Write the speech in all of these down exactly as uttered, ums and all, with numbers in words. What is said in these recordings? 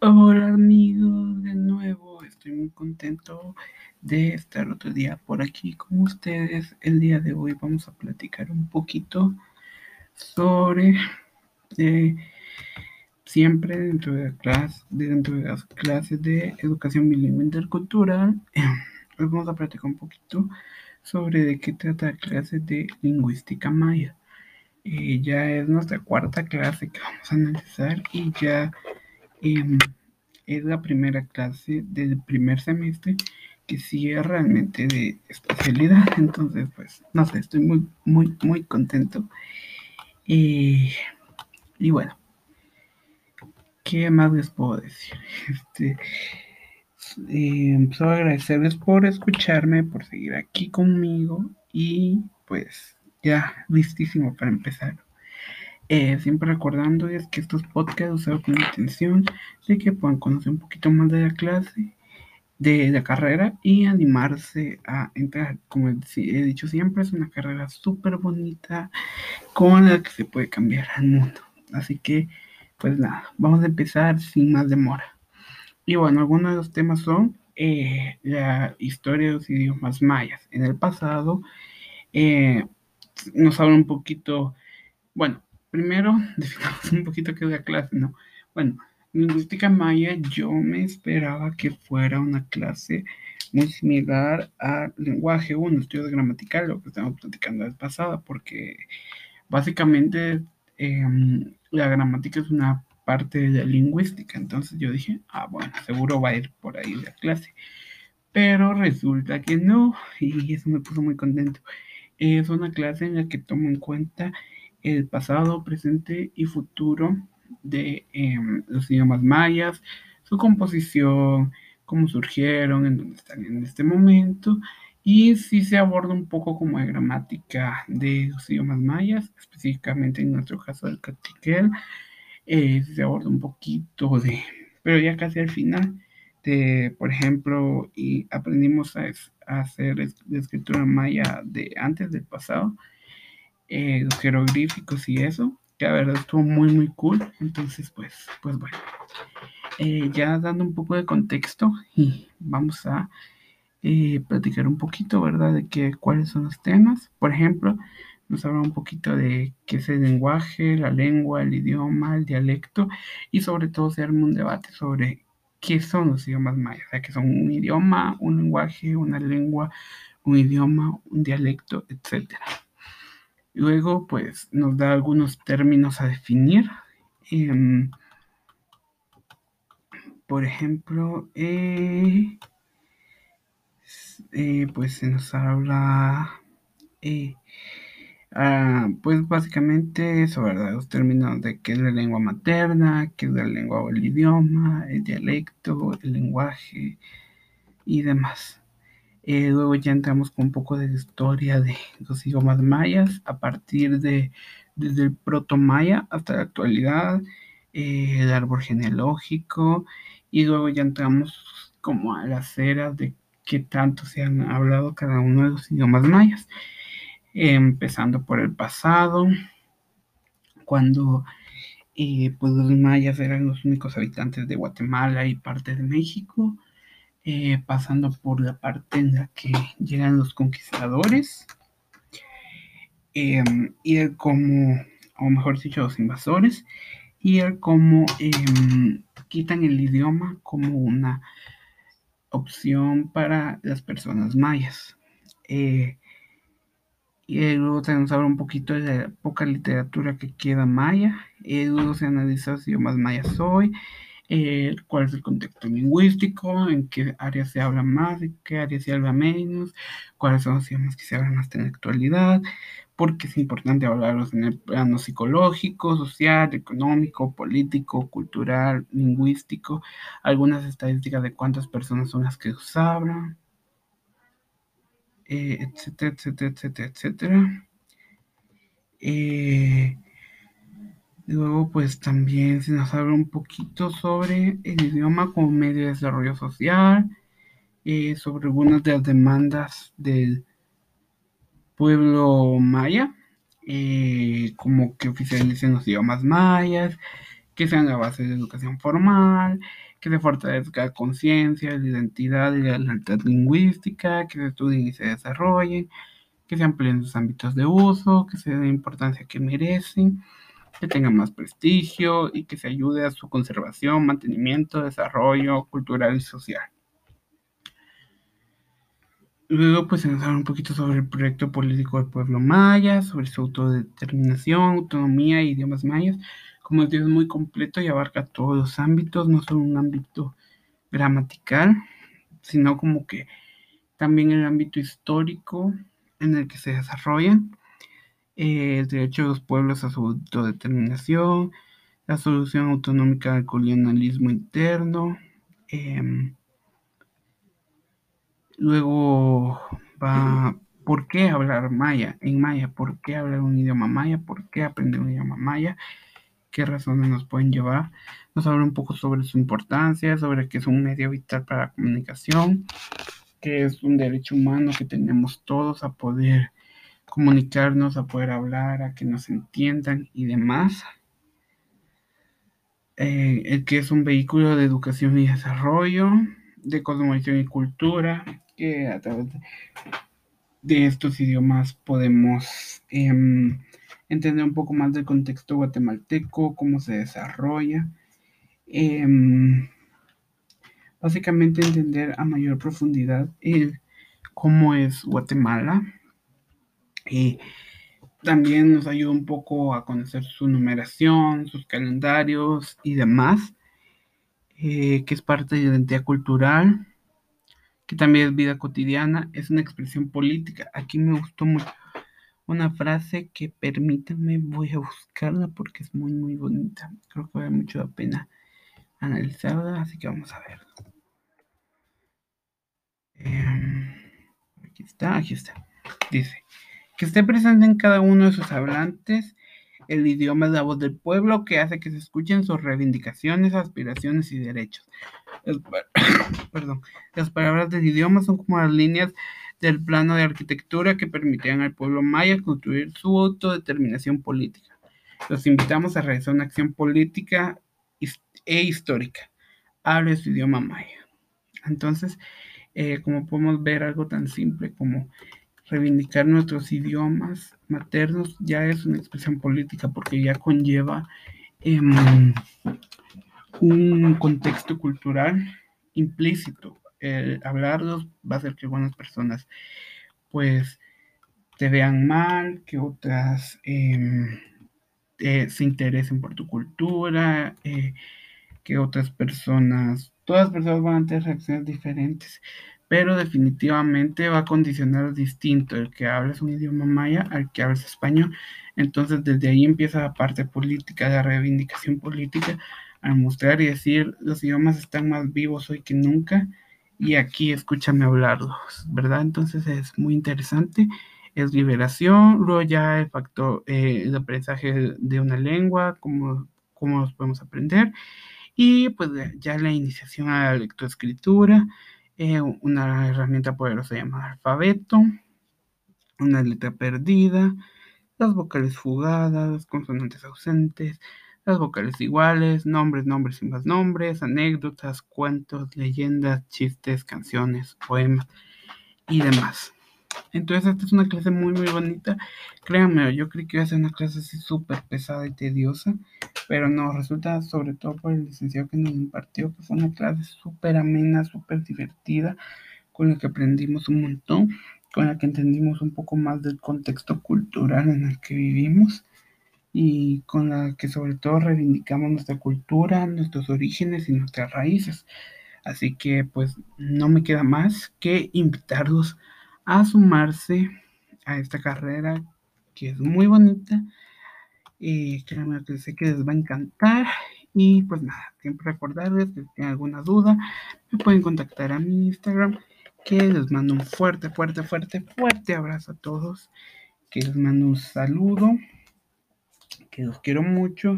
Hola amigos, de nuevo estoy muy contento de estar otro día por aquí con ustedes. El día de hoy vamos a platicar un poquito sobre eh, siempre dentro de, la clase, dentro de las clases de educación bilingüe intercultural. Hoy vamos a platicar un poquito sobre de qué trata la clase de lingüística maya. Eh, ya es nuestra cuarta clase que vamos a analizar y ya em, es la primera clase del primer semestre que sí es realmente de especialidad. Entonces, pues, no sé, estoy muy, muy, muy contento. Y, y bueno, ¿qué más les puedo decir? Este, eh, solo agradecerles por escucharme, por seguir aquí conmigo y pues ya listísimo para empezar. Eh, siempre recordándoles que estos podcasts usados con la intención de que puedan conocer un poquito más de la clase de la carrera y animarse a entrar. Como he dicho siempre, es una carrera súper bonita con la que se puede cambiar el mundo. Así que, pues nada, vamos a empezar sin más demora. Y bueno, algunos de los temas son eh, la historia de los idiomas mayas. En el pasado eh, nos habla un poquito, bueno, primero definamos un poquito qué es la clase, ¿no? Bueno, lingüística maya yo me esperaba que fuera una clase muy similar al lenguaje uno, estudios gramatical, lo que estamos platicando la vez pasada, porque básicamente eh, la gramática es una parte de la lingüística, entonces yo dije, ah, bueno, seguro va a ir por ahí la clase, pero resulta que no, y eso me puso muy contento. Es una clase en la que toma en cuenta el pasado, presente y futuro de eh, los idiomas mayas, su composición, cómo surgieron, en dónde están en este momento, y sí se aborda un poco como de gramática de los idiomas mayas, específicamente en nuestro caso del Catequel, eh, se aborda un poquito de, pero ya casi al final, de, por ejemplo, y aprendimos a, es- a hacer es- la escritura maya de antes del pasado, eh, los jeroglíficos y eso, que la verdad estuvo muy, muy cool. Entonces, pues, pues bueno, eh, ya dando un poco de contexto y vamos a eh, platicar un poquito, ¿verdad? De que, cuáles son los temas. Por ejemplo, nos habla un poquito de qué es el lenguaje, la lengua, el idioma, el dialecto y sobre todo se arma un debate sobre qué son los idiomas mayas, o sea, que son un idioma, un lenguaje, una lengua, un idioma, un dialecto, etcétera. Luego, pues, nos da algunos términos a definir. Em, por ejemplo, eh, eh, pues se nos habla, eh, ah, pues básicamente eso, ¿verdad? Los términos de qué es la lengua materna, qué es la lengua o el idioma, el dialecto, el lenguaje y demás. Eh, luego ya entramos con un poco de historia de los idiomas mayas a partir de desde el proto maya hasta la actualidad, eh, el árbol genealógico y luego ya entramos como a las eras de qué tanto se han hablado cada uno de los idiomas mayas, eh, empezando por el pasado, cuando eh, pues los mayas eran los únicos habitantes de Guatemala y parte de México, eh, pasando por la parte en la que llegan los conquistadores, eh, y el cómo, o mejor dicho, los invasores, y el cómo eh, quitan el idioma como una opción para las personas mayas. Eh, y luego se nos habla un poquito de la poca literatura que queda maya, y luego se analiza los idiomas mayas hoy, eh, cuál es el contexto lingüístico, en qué áreas se habla más, en qué áreas se habla menos, cuáles son los idiomas que se hablan hasta en la actualidad, porque es importante hablarlos en el plano psicológico, social, económico, político, cultural, lingüístico, algunas estadísticas de cuántas personas son las que los hablan, eh, etcétera, etcétera, etcétera, etcétera. Eh, Luego, pues también se nos habla un poquito sobre el idioma como medio de desarrollo social, eh, sobre algunas de las demandas del pueblo maya, eh, como que oficialicen los idiomas mayas, que sean a base de educación formal, que se fortalezca la conciencia, la identidad y la lealtad lingüística, que se estudien y se desarrollen, que se amplíen sus ámbitos de uso, que se den la importancia que merecen, que tengan más prestigio y que se ayude a su conservación, mantenimiento, desarrollo cultural y social. Luego, pues, se nos habla un poquito sobre el proyecto político del pueblo maya, sobre su autodeterminación, autonomía e idiomas mayas. Como les digo, es muy completo y abarca todos los ámbitos, no solo un ámbito gramatical, sino como que también el ámbito histórico en el que se desarrollan, eh, el derecho de los pueblos a su autodeterminación, la solución autonómica del colonialismo interno. Eh, luego va, ¿por qué hablar maya? En maya, ¿por qué hablar un idioma maya? ¿Por qué aprender un idioma maya? ¿Qué razones nos pueden llevar? Nos habla un poco sobre su importancia, sobre que es un medio vital para la comunicación, que es un derecho humano que tenemos todos a poder comunicarnos, a poder hablar, a que nos entiendan y demás. Eh, el que es un vehículo de educación y desarrollo, de cosmovisión y cultura, que a través de, de estos idiomas podemos eh, entender un poco más del contexto guatemalteco, cómo se desarrolla. Eh, básicamente entender a mayor profundidad el, cómo es Guatemala. Eh, también nos ayuda un poco a conocer su numeración, sus calendarios y demás, eh, que es parte de la identidad cultural, que también es vida cotidiana, es una expresión política. Aquí me gustó mucho una frase que permítanme, voy a buscarla porque es muy, muy bonita. Creo que vale mucho la pena analizarla, así que vamos a ver. Eh, aquí está, aquí está. Dice, que esté presente en cada uno de sus hablantes. El idioma es la voz del pueblo que hace que se escuchen sus reivindicaciones, aspiraciones y derechos. Las, perdón, las palabras del idioma son como las líneas del plano de arquitectura que permitirán al pueblo maya construir su autodeterminación política. Los invitamos a realizar una acción política e histórica. Hable su idioma maya. Entonces, eh, como podemos ver, algo tan simple como reivindicar nuestros idiomas maternos ya es una expresión política porque ya conlleva eh, un contexto cultural implícito. El hablarlos va a hacer que algunas personas pues te vean mal, que otras eh, eh, se interesen por tu cultura, eh, que otras personas, todas las personas van a tener reacciones diferentes, pero definitivamente va a condicionar distinto el que hables un idioma maya al que hables español. Entonces desde ahí empieza la parte política, la reivindicación política, al mostrar y decir los idiomas están más vivos hoy que nunca y aquí escúchame hablarlos, ¿verdad? Entonces es muy interesante, es liberación, luego ya el factor, eh, el aprendizaje de una lengua, cómo, cómo los podemos aprender, y pues ya la iniciación a la lectoescritura, eh, una herramienta poderosa llamada alfabeto, una letra perdida, las vocales fugadas, las consonantes ausentes, las vocales iguales, nombres, nombres y más nombres, anécdotas, cuentos, leyendas, chistes, canciones, poemas y demás. Entonces esta es una clase muy muy bonita. Créanme, yo creí que iba a ser una clase así súper pesada y tediosa, pero no, resulta sobre todo por el licenciado que nos impartió, que fue una clase súper amena, súper divertida, con la que aprendimos un montón, con la que entendimos un poco más del contexto cultural en el que vivimos y con la que sobre todo reivindicamos nuestra cultura, nuestros orígenes y nuestras raíces. Así que pues no me queda más que invitarlos a sumarse a esta carrera que es muy bonita y créanme que sé que les va a encantar. Y pues nada, siempre recordarles que si tienen alguna duda me pueden contactar a mi Instagram, que les mando un fuerte, fuerte, fuerte, fuerte abrazo a todos, que les mando un saludo, que los quiero mucho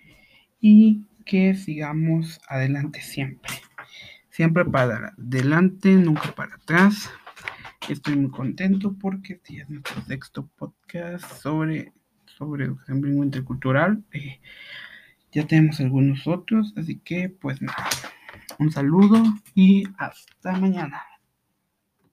y que sigamos adelante siempre. Siempre para adelante, nunca para atrás. Estoy muy contento porque este es nuestro sexto podcast sobre, sobre educación bilingüe intercultural. Eh, Ya tenemos algunos otros, así que pues nada, un saludo y hasta mañana.